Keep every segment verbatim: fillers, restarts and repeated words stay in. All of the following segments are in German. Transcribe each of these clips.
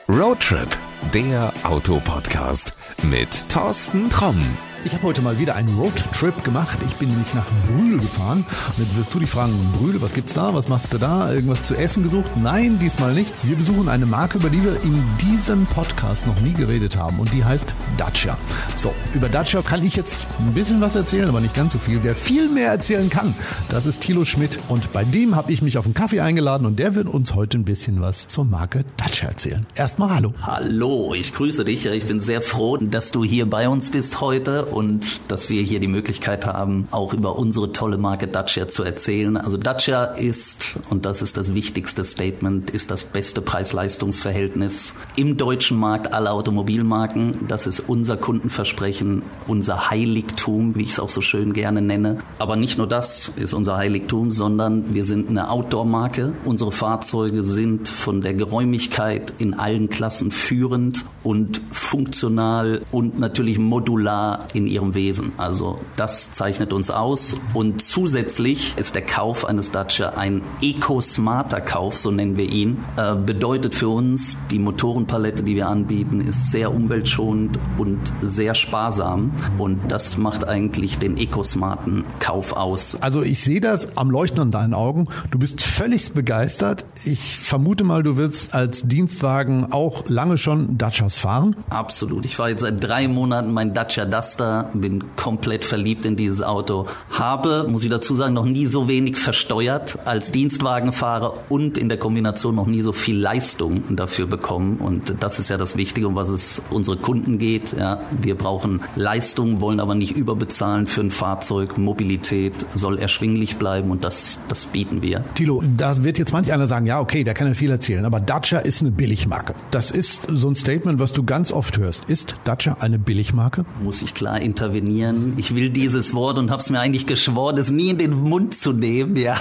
Roadtrip, der Autopodcast mit Thorsten Tromm. Ich habe heute mal wieder einen Roadtrip gemacht. Ich bin nämlich nach Brühl gefahren. Und jetzt wirst du dich fragen, Brühl, was gibt's da? Was machst du da? Irgendwas zu essen gesucht? Nein, diesmal nicht. Wir besuchen eine Marke, über die wir in diesem Podcast noch nie geredet haben. Und die heißt Dacia. So, über Dacia kann ich jetzt ein bisschen was erzählen, aber nicht ganz so viel. Wer viel mehr erzählen kann, das ist Thilo Schmidt. Und bei dem habe ich mich auf einen Kaffee eingeladen und der wird uns heute ein bisschen was zur Marke Dacia erzählen. Erstmal hallo. Hallo, ich grüße dich. Ich bin sehr froh, dass du hier bei uns bist heute und dass wir hier die Möglichkeit haben, auch über unsere tolle Marke Dacia zu erzählen. Also Dacia ist, und das ist das wichtigste Statement, ist das beste Preis-Leistungs-Verhältnis im deutschen Markt aller Automobilmarken. Das ist unser Kundenversprechen, unser Heiligtum, wie ich es auch so schön gerne nenne. Aber nicht nur das ist unser Heiligtum, sondern wir sind eine Outdoor-Marke. Unsere Fahrzeuge sind von der Geräumigkeit in allen Klassen führend und funktional und natürlich modular in ihrem Wesen. Also das zeichnet uns aus und zusätzlich ist der Kauf eines Dacia ein eco-smarter Kauf, so nennen wir ihn. Äh, bedeutet für uns, die Motorenpalette, die wir anbieten, ist sehr umweltschonend und sehr sparsam und das macht eigentlich den eco-smarten Kauf aus. Also ich sehe das am Leuchten an deinen Augen. Du bist völlig begeistert. Ich vermute mal, du wirst als Dienstwagen auch lange schon Dacias fahren. Absolut. Ich fahre jetzt seit drei Monaten mein Dacia Duster, bin komplett verliebt in dieses Auto. Habe, muss ich dazu sagen, noch nie so wenig versteuert als Dienstwagenfahrer und in der Kombination noch nie so viel Leistung dafür bekommen. Und das ist ja das Wichtige, um was es unsere Kunden geht. Ja, wir brauchen Leistung, wollen aber nicht überbezahlen für ein Fahrzeug. Mobilität soll erschwinglich bleiben und das, das bieten wir. Thilo, da wird jetzt manch einer sagen, ja okay, der kann ja viel erzählen, aber Dacia ist eine Billigmarke. Das ist so ein Statement, was du ganz oft hörst. Ist Dacia eine Billigmarke? Muss ich klar intervenieren. Ich will dieses Wort und habe es mir eigentlich geschworen, es nie in den Mund zu nehmen. Ja.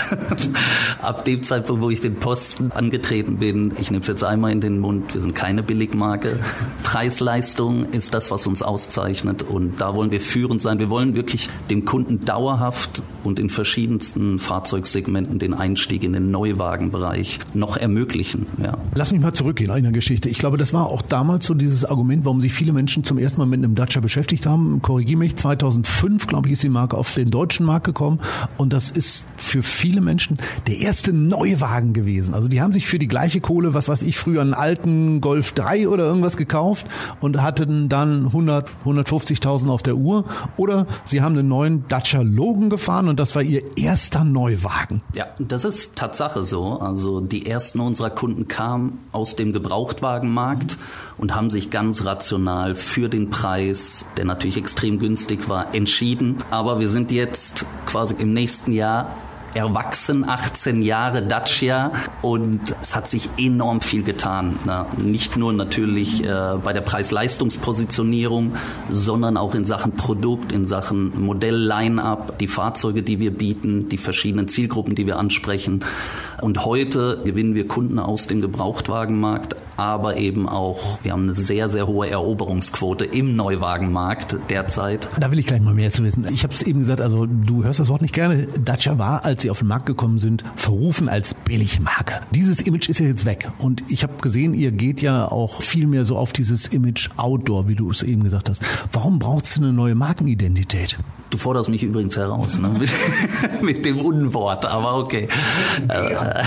Ab dem Zeitpunkt, wo ich den Posten angetreten bin, ich nehme es jetzt einmal in den Mund, wir sind keine Billigmarke. Preis-Leistung ist das, was uns auszeichnet und da wollen wir führend sein. Wir wollen wirklich dem Kunden dauerhaft und in verschiedensten Fahrzeugsegmenten den Einstieg in den Neuwagenbereich noch ermöglichen. Ja. Lass mich mal zurückgehen in der Geschichte. Ich glaube, das war auch damals so dieses Argument, warum sich viele Menschen zum ersten Mal mit einem Dacia beschäftigt haben. Korrigiere mich, zweitausendfünf, glaube ich, ist die Marke auf den deutschen Markt gekommen und das ist für viele Menschen der erste Neuwagen gewesen. Also die haben sich für die gleiche Kohle, was weiß ich, früher einen alten Golf drei oder irgendwas gekauft und hatten dann hundert, hundertfünfzigtausend auf der Uhr oder sie haben einen neuen Dacia Logan gefahren und das war ihr erster Neuwagen. Ja, das ist Tatsache so. Also die ersten unserer Kunden kamen aus dem Gebrauchtwagenmarkt und haben sich ganz rational für den Preis, der natürlich extrem günstig war, entschieden. Aber wir sind jetzt quasi im nächsten Jahr erwachsen, achtzehn Jahre Dacia und es hat sich enorm viel getan. Na, nicht nur natürlich äh, bei der Preis-Leistungs-Positionierung, sondern auch in Sachen Produkt, in Sachen Modell-Line-Up, die Fahrzeuge, die wir bieten, die verschiedenen Zielgruppen, die wir ansprechen. Und heute gewinnen wir Kunden aus dem Gebrauchtwagenmarkt, aber eben auch, wir haben eine sehr, sehr hohe Eroberungsquote im Neuwagenmarkt derzeit. Da will ich gleich mal mehr zu wissen. Ich habe es eben gesagt, also du hörst das Wort nicht gerne. Dacia war, als sie auf den Markt gekommen sind, verrufen als Billigmarke. Dieses Image ist ja jetzt weg. Und ich habe gesehen, ihr geht ja auch viel mehr so auf dieses Image Outdoor, wie du es eben gesagt hast. Warum brauchst du eine neue Markenidentität? Du forderst mich übrigens heraus, ne? mit, mit dem Unwort, aber okay. Ja.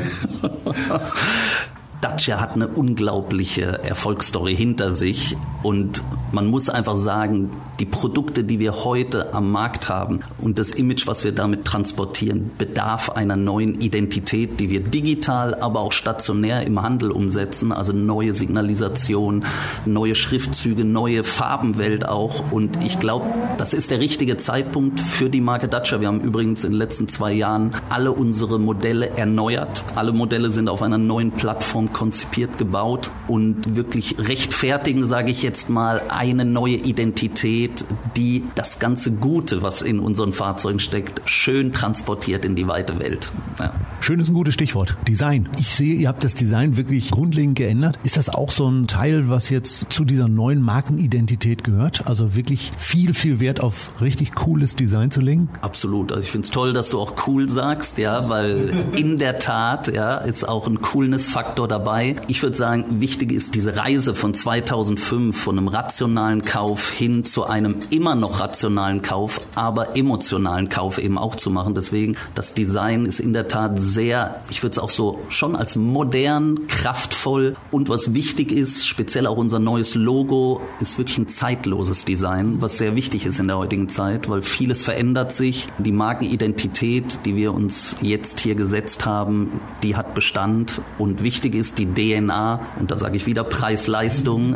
Dacia hat eine unglaubliche Erfolgsstory hinter sich und man muss einfach sagen, die Produkte, die wir heute am Markt haben und das Image, was wir damit transportieren, bedarf einer neuen Identität, die wir digital, aber auch stationär im Handel umsetzen, also neue Signalisation, neue Schriftzüge, neue Farbenwelt auch und ich glaube, das ist der richtige Zeitpunkt für die Marke Dacia. Wir haben übrigens in den letzten zwei Jahren alle unsere Modelle erneuert. Alle Modelle sind auf einer neuen Plattform konzipiert, gebaut und wirklich rechtfertigen, sage ich jetzt mal, eine neue Identität, die das ganze Gute, was in unseren Fahrzeugen steckt, schön transportiert in die weite Welt. Ja. Schön ist ein gutes Stichwort. Design. Ich sehe, ihr habt das Design wirklich grundlegend geändert. Ist das auch so ein Teil, was jetzt zu dieser neuen Markenidentität gehört? Also wirklich viel, viel Wert auf richtig cooles Design zu legen? Absolut. Also ich finde es toll, dass du auch cool sagst, ja, weil in der Tat ja, ist auch ein Coolness-Faktor dabei. dabei. Ich würde sagen, wichtig ist diese Reise von zweitausendfünf, von einem rationalen Kauf hin zu einem immer noch rationalen Kauf, aber emotionalen Kauf eben auch zu machen. Deswegen, das Design ist in der Tat sehr, ich würde es auch so schon als modern, kraftvoll, und was wichtig ist, speziell auch unser neues Logo, ist wirklich ein zeitloses Design, was sehr wichtig ist in der heutigen Zeit, weil vieles verändert sich. Die Markenidentität, die wir uns jetzt hier gesetzt haben, die hat Bestand, und wichtig ist die D N A, und da sage ich wieder Preis-Leistung.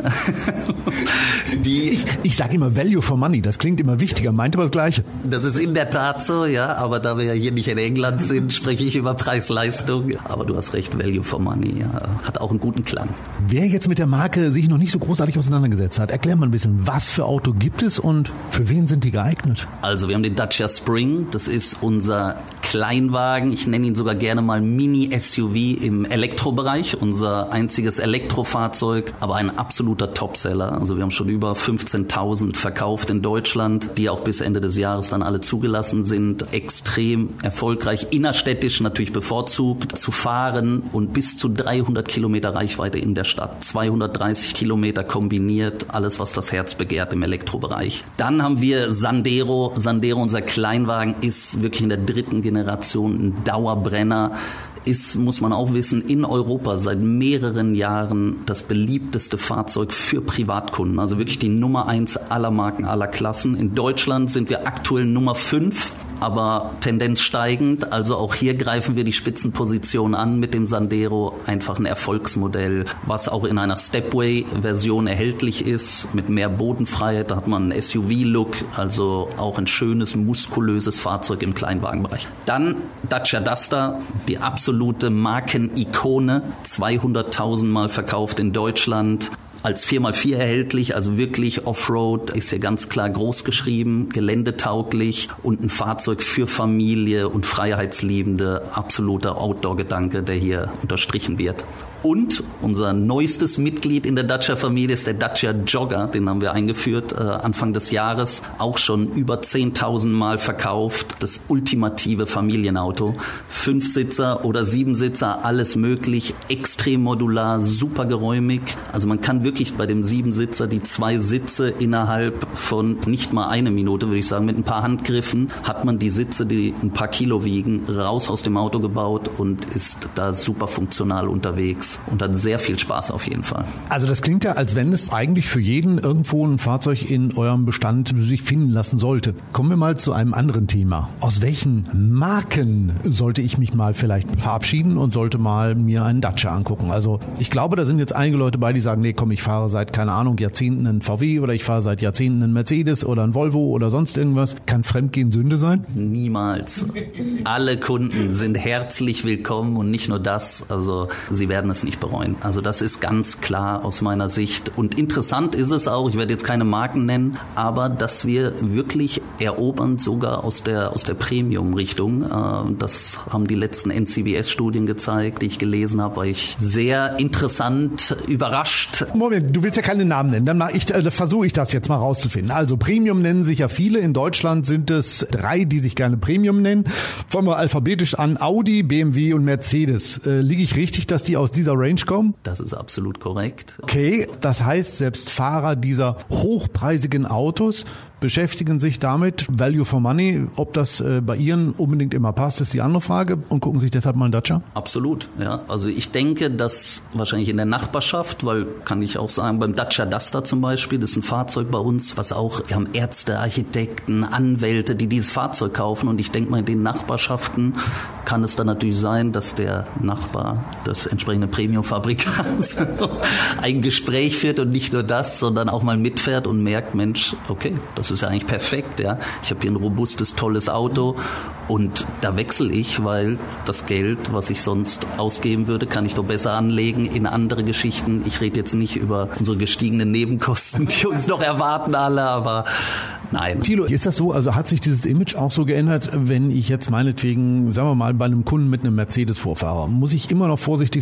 die ich ich sage immer Value for Money, das klingt immer wichtiger, meint aber das Gleiche. Das ist in der Tat so, ja, aber da wir ja hier nicht in England sind, spreche ich über Preis-Leistung. Aber du hast recht, Value for Money, ja, hat auch einen guten Klang. Wer jetzt mit der Marke sich noch nicht so großartig auseinandergesetzt hat, erklär mal ein bisschen, was für Auto gibt es und für wen sind die geeignet? Also wir haben den Dacia Spring, das ist unser Kleinwagen, ich nenne ihn sogar gerne mal Mini-S U V im Elektrobereich, unser einziges Elektrofahrzeug, aber ein absoluter Topseller. Also wir haben schon über fünfzehntausend verkauft in Deutschland, die auch bis Ende des Jahres dann alle zugelassen sind. Extrem erfolgreich, innerstädtisch natürlich bevorzugt zu fahren und bis zu dreihundert Kilometer Reichweite in der Stadt. zweihundertdreißig Kilometer kombiniert, alles was das Herz begehrt im Elektrobereich. Dann haben wir Sandero. Sandero, unser Kleinwagen, ist wirklich in der dritten Generation ein Dauerbrenner. Ist, muss man auch wissen, in Europa seit mehreren Jahren das beliebteste Fahrzeug für Privatkunden. Also wirklich die Nummer eins aller Marken, aller Klassen. In Deutschland sind wir aktuell Nummer fünf, aber Tendenz steigend. Also auch hier greifen wir die Spitzenposition an mit dem Sandero. Einfach ein Erfolgsmodell, was auch in einer Stepway-Version erhältlich ist, mit mehr Bodenfreiheit. Da hat man einen S U V-Look, also auch ein schönes, muskulöses Fahrzeug im Kleinwagenbereich. Dann Dacia Duster, die absolute absolute Markenikone, zweihunderttausend Mal verkauft in Deutschland, als vier mal vier erhältlich, also wirklich Offroad, ist hier ganz klar groß geschrieben, geländetauglich und ein Fahrzeug für Familie und Freiheitsliebende, absoluter Outdoor-Gedanke, der hier unterstrichen wird. Und unser neuestes Mitglied in der Dacia-Familie ist der Dacia Jogger, den haben wir eingeführt äh, Anfang des Jahres, auch schon über zehntausend Mal verkauft, das ultimative Familienauto, Fünfsitzer oder Siebensitzer, alles möglich, extrem modular, super geräumig, also man kann wirklich bei dem Siebensitzer die zwei Sitze innerhalb von nicht mal eine Minute, würde ich sagen, mit ein paar Handgriffen hat man die Sitze, die ein paar Kilo wiegen, raus aus dem Auto gebaut und ist da super funktional unterwegs und hat sehr viel Spaß auf jeden Fall. Also das klingt ja, als wenn es eigentlich für jeden irgendwo ein Fahrzeug in eurem Bestand sich finden lassen sollte. Kommen wir mal zu einem anderen Thema. Aus welchen Marken sollte ich mich mal vielleicht verabschieden und sollte mal mir einen Dacia angucken? Also ich glaube, da sind jetzt einige Leute bei, die sagen, nee, komm, ich fahre seit, keine Ahnung, Jahrzehnten einen V W oder ich fahre seit Jahrzehnten einen Mercedes oder einen Volvo oder sonst irgendwas. Kann Fremdgehen Sünde sein? Niemals. Alle Kunden sind herzlich willkommen und nicht nur das, also sie werden es nicht bereuen. Also das ist ganz klar aus meiner Sicht. Und interessant ist es auch, ich werde jetzt keine Marken nennen, aber dass wir wirklich erobern sogar aus der, aus der Premium-Richtung. Das haben die letzten N C B S-Studien gezeigt, die ich gelesen habe, war ich sehr interessant überrascht. Moment, du willst ja keine Namen nennen, dann ich, äh, versuche ich das jetzt mal rauszufinden. Also Premium nennen sich ja viele, in Deutschland sind es drei, die sich gerne Premium nennen. Fangen wir alphabetisch an, Audi, B M W und Mercedes. Äh, liege ich richtig, dass die aus dieser Range kommen? Das ist absolut korrekt. Okay, das heißt, selbst Fahrer dieser hochpreisigen Autos beschäftigen sich damit, Value for Money, ob das äh, bei Ihnen unbedingt immer passt, ist die andere Frage und gucken sich deshalb mal einen Dacia? Absolut, ja. Also ich denke, dass wahrscheinlich in der Nachbarschaft, weil kann ich auch sagen, beim Dacia Duster zum Beispiel, das ist ein Fahrzeug bei uns, was auch, wir haben Ärzte, Architekten, Anwälte, die dieses Fahrzeug kaufen und ich denke mal, in den Nachbarschaften kann es dann natürlich sein, dass der Nachbar des entsprechenden Premium-Fabrikants ein Gespräch führt und nicht nur das, sondern auch mal mitfährt und merkt, Mensch, okay, das ist ja eigentlich perfekt, ja. Ich habe hier ein robustes, tolles Auto und da wechsle ich, weil das Geld, was ich sonst ausgeben würde, kann ich doch besser anlegen in andere Geschichten. Ich rede jetzt nicht über unsere gestiegenen Nebenkosten, die uns noch erwarten alle, aber nein. Thilo, ist das so, also hat sich dieses Image auch so geändert, wenn ich jetzt meinetwegen, sagen wir mal, bei einem Kunden mit einem Mercedes vorfahre? Muss ich immer noch vorsichtig sein, in welcher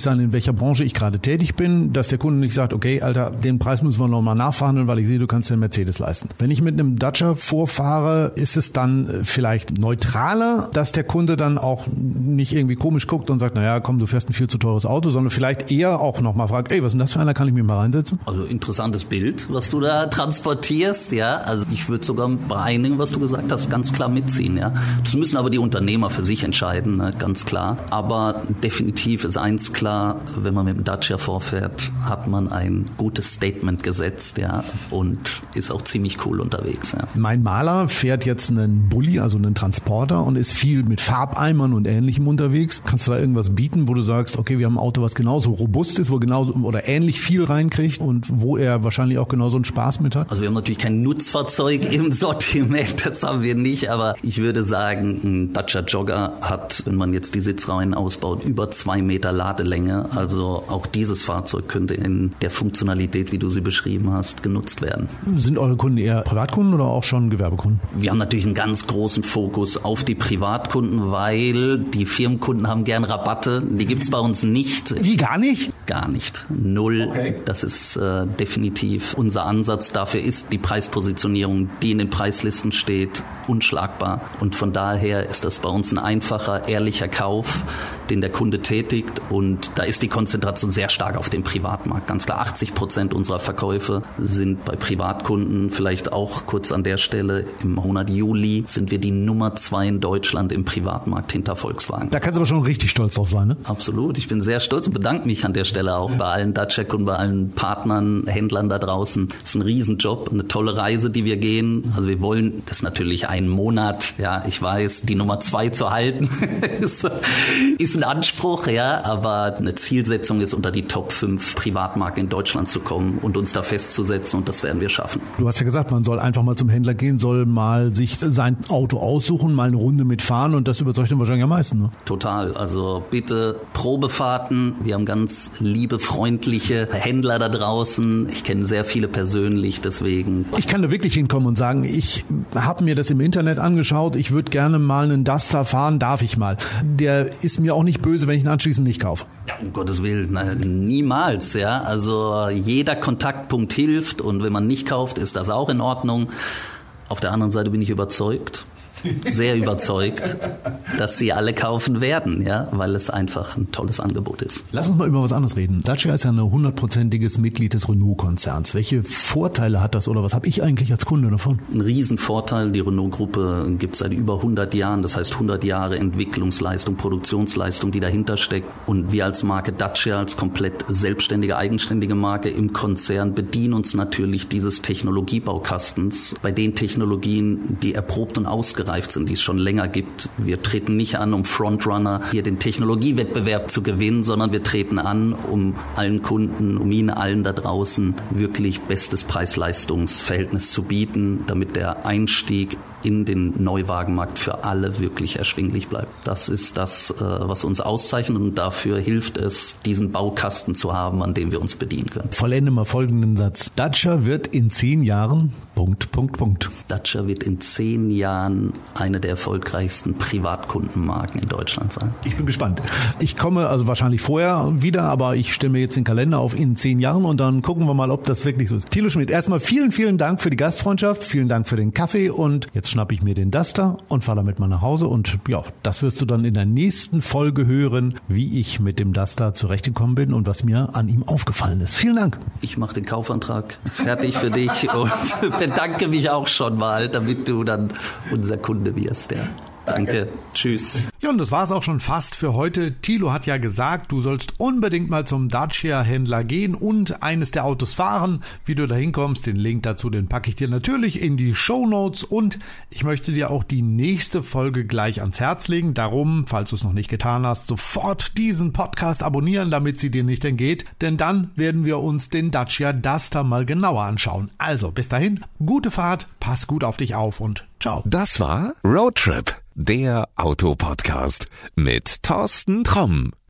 welcher Branche ich gerade tätig bin, dass der Kunde nicht sagt, okay, Alter, den Preis müssen wir nochmal nachverhandeln, weil ich sehe, du kannst den Mercedes leisten. Wenn ich mit einem Dacia vorfahre, ist es dann vielleicht neutraler, dass der Kunde dann auch nicht irgendwie komisch guckt und sagt, naja, komm, du fährst ein viel zu teures Auto, sondern vielleicht eher auch nochmal fragt, ey, was ist denn das für einer, kann ich mich mal reinsetzen? Also interessantes Bild, was du da transportierst, ja. Also ich würde sogar bei einigen, was du gesagt hast, ganz klar mitziehen, ja. Das müssen aber die Unternehmer für sich entscheiden, ne? Ganz klar. Aber definitiv ist eins klar, wenn man mit dem Dacia vorfährt, hat man ein gutes Statement gesetzt, ja, und ist auch ziemlich cool unterwegs, ja. Mein Maler fährt jetzt einen Bulli, also einen Transporter und ist viel mit Farbeimern und Ähnlichem unterwegs. Kannst du da irgendwas bieten, wo du sagst, okay, wir haben ein Auto, was genauso robust ist, wo genauso oder ähnlich viel reinkriegt und wo er wahrscheinlich auch genauso einen Spaß mit hat? Also wir haben natürlich kein Nutzfahrzeug im Sortiment, das haben wir nicht, aber ich würde sagen, ein Dacia Jogger hat, wenn man jetzt die Sitzreihen ausbaut, über zwei Meter Ladelänge. Also auch dieses Fahrzeug könnte in der Funktionalität, wie du sie beschrieben hast, genutzt werden. Sind eure Kunden eher Privatkunden oder auch schon Gewerbekunden? Wir haben natürlich einen ganz großen Fokus auf die Privatkunden, weil die Firmenkunden haben gern Rabatte. Die gibt es bei uns nicht. Wie, gar nicht? Gar nicht. Null. Okay. Das ist äh, definitiv unser Ansatz. Dafür ist die Preispositionierung, die in den Preislisten steht, unschlagbar. Und von daher ist das bei uns ein einfacher, ehrlicher Kauf, den der Kunde tätigt. Und da ist die Konzentration sehr stark auf dem Privatmarkt. Ganz klar, achtzig Prozent unserer Verkäufe sind bei Privatkunden. Vielleicht auch kurz an der Stelle, im Monat Juli sind wir die Nummer zwei in Deutschland im Privatmarkt hinter Volkswagen. Da kannst du aber schon richtig stolz drauf sein, ne? Absolut. Ich bin sehr stolz und bedanke mich an der Stelle auch bei allen Dacia-Kunden, bei allen Partnern, Händlern da draußen. Das ist ein Riesenjob, eine tolle Reise, die wir gehen. Also wir wollen das natürlich einen Monat, ja, ich weiß, die Nummer zwei zu halten, ist, ist ein Anspruch, ja, aber eine Zielsetzung ist, unter die Top fünf Privatmarken in Deutschland zu kommen und uns da festzusetzen, und das werden wir schaffen. Du hast ja gesagt, man soll einfach mal zum Händler gehen, soll mal sich sein Auto aussuchen, mal eine Runde mitfahren, und das überzeugt dann wahrscheinlich am meisten, ne? Total. Also bitte Probefahrten. Wir haben ganz liebe, freundliche Händler da draußen. Ich kenne sehr viele persönlich, deswegen. Ich kann da wirklich hinkommen und sagen, ich habe mir das im Internet angeschaut, ich würde gerne mal einen Duster fahren, darf ich mal. Der ist mir auch nicht böse, wenn ich ihn anschließend nicht kaufe. Ja, um Gottes Willen, nein, niemals, ja. Also jeder Kontaktpunkt hilft, und wenn man nicht kauft, ist das auch in Ordnung. Auf der anderen Seite bin ich überzeugt, sehr überzeugt, dass sie alle kaufen werden, ja, weil es einfach ein tolles Angebot ist. Lass uns mal über was anderes reden. Dacia ist ja ein hundertprozentiges Mitglied des Renault-Konzerns. Welche Vorteile hat das, oder was habe ich eigentlich als Kunde davon? Ein Riesenvorteil. Die Renault-Gruppe gibt es seit über hundert Jahren. Das heißt hundert Jahre Entwicklungsleistung, Produktionsleistung, die dahinter steckt. Und wir als Marke Dacia, als komplett selbstständige, eigenständige Marke im Konzern, bedienen uns natürlich dieses Technologiebaukastens bei den Technologien, die erprobt und ausgereift sind, die es schon länger gibt. Wir treten nicht an, um Frontrunner hier den Technologiewettbewerb zu gewinnen, sondern wir treten an, um allen Kunden, um Ihnen allen da draußen wirklich bestes Preis-Leistungs-Verhältnis zu bieten, damit der Einstieg in den Neuwagenmarkt für alle wirklich erschwinglich bleibt. Das ist das, was uns auszeichnet, und dafür hilft es, diesen Baukasten zu haben, an dem wir uns bedienen können. Vollende mal folgenden Satz. Dacia wird in zehn Jahren Punkt, Punkt, Punkt. Dacia wird in zehn Jahren eine der erfolgreichsten Privatkundenmarken in Deutschland sein. Ich bin gespannt. Ich komme also wahrscheinlich vorher wieder, aber ich stelle mir jetzt den Kalender auf in zehn Jahren, und dann gucken wir mal, ob das wirklich so ist. Thilo Schmidt, erstmal vielen, vielen Dank für die Gastfreundschaft, vielen Dank für den Kaffee, und jetzt schnappe ich mir den Duster und fahre damit mal nach Hause, und ja, das wirst du dann in der nächsten Folge hören, wie ich mit dem Duster zurechtgekommen bin und was mir an ihm aufgefallen ist. Vielen Dank. Ich mache den Kaufantrag fertig für dich und bedanke mich auch schon mal, damit du dann unser Kunde wirst. Ja. Danke. Danke. Tschüss. Ja, und das war es auch schon fast für heute. Thilo hat ja gesagt, du sollst unbedingt mal zum Dacia-Händler gehen und eines der Autos fahren. Wie du da hinkommst, den Link dazu, den packe ich dir natürlich in die Shownotes, und ich möchte dir auch die nächste Folge gleich ans Herz legen. Darum, falls du es noch nicht getan hast, sofort diesen Podcast abonnieren, damit sie dir nicht entgeht, denn dann werden wir uns den Dacia Duster mal genauer anschauen. Also, bis dahin, gute Fahrt, pass gut auf dich auf und ciao. Das war Roadtrip, der Autopodcast mit Thorsten Tromm.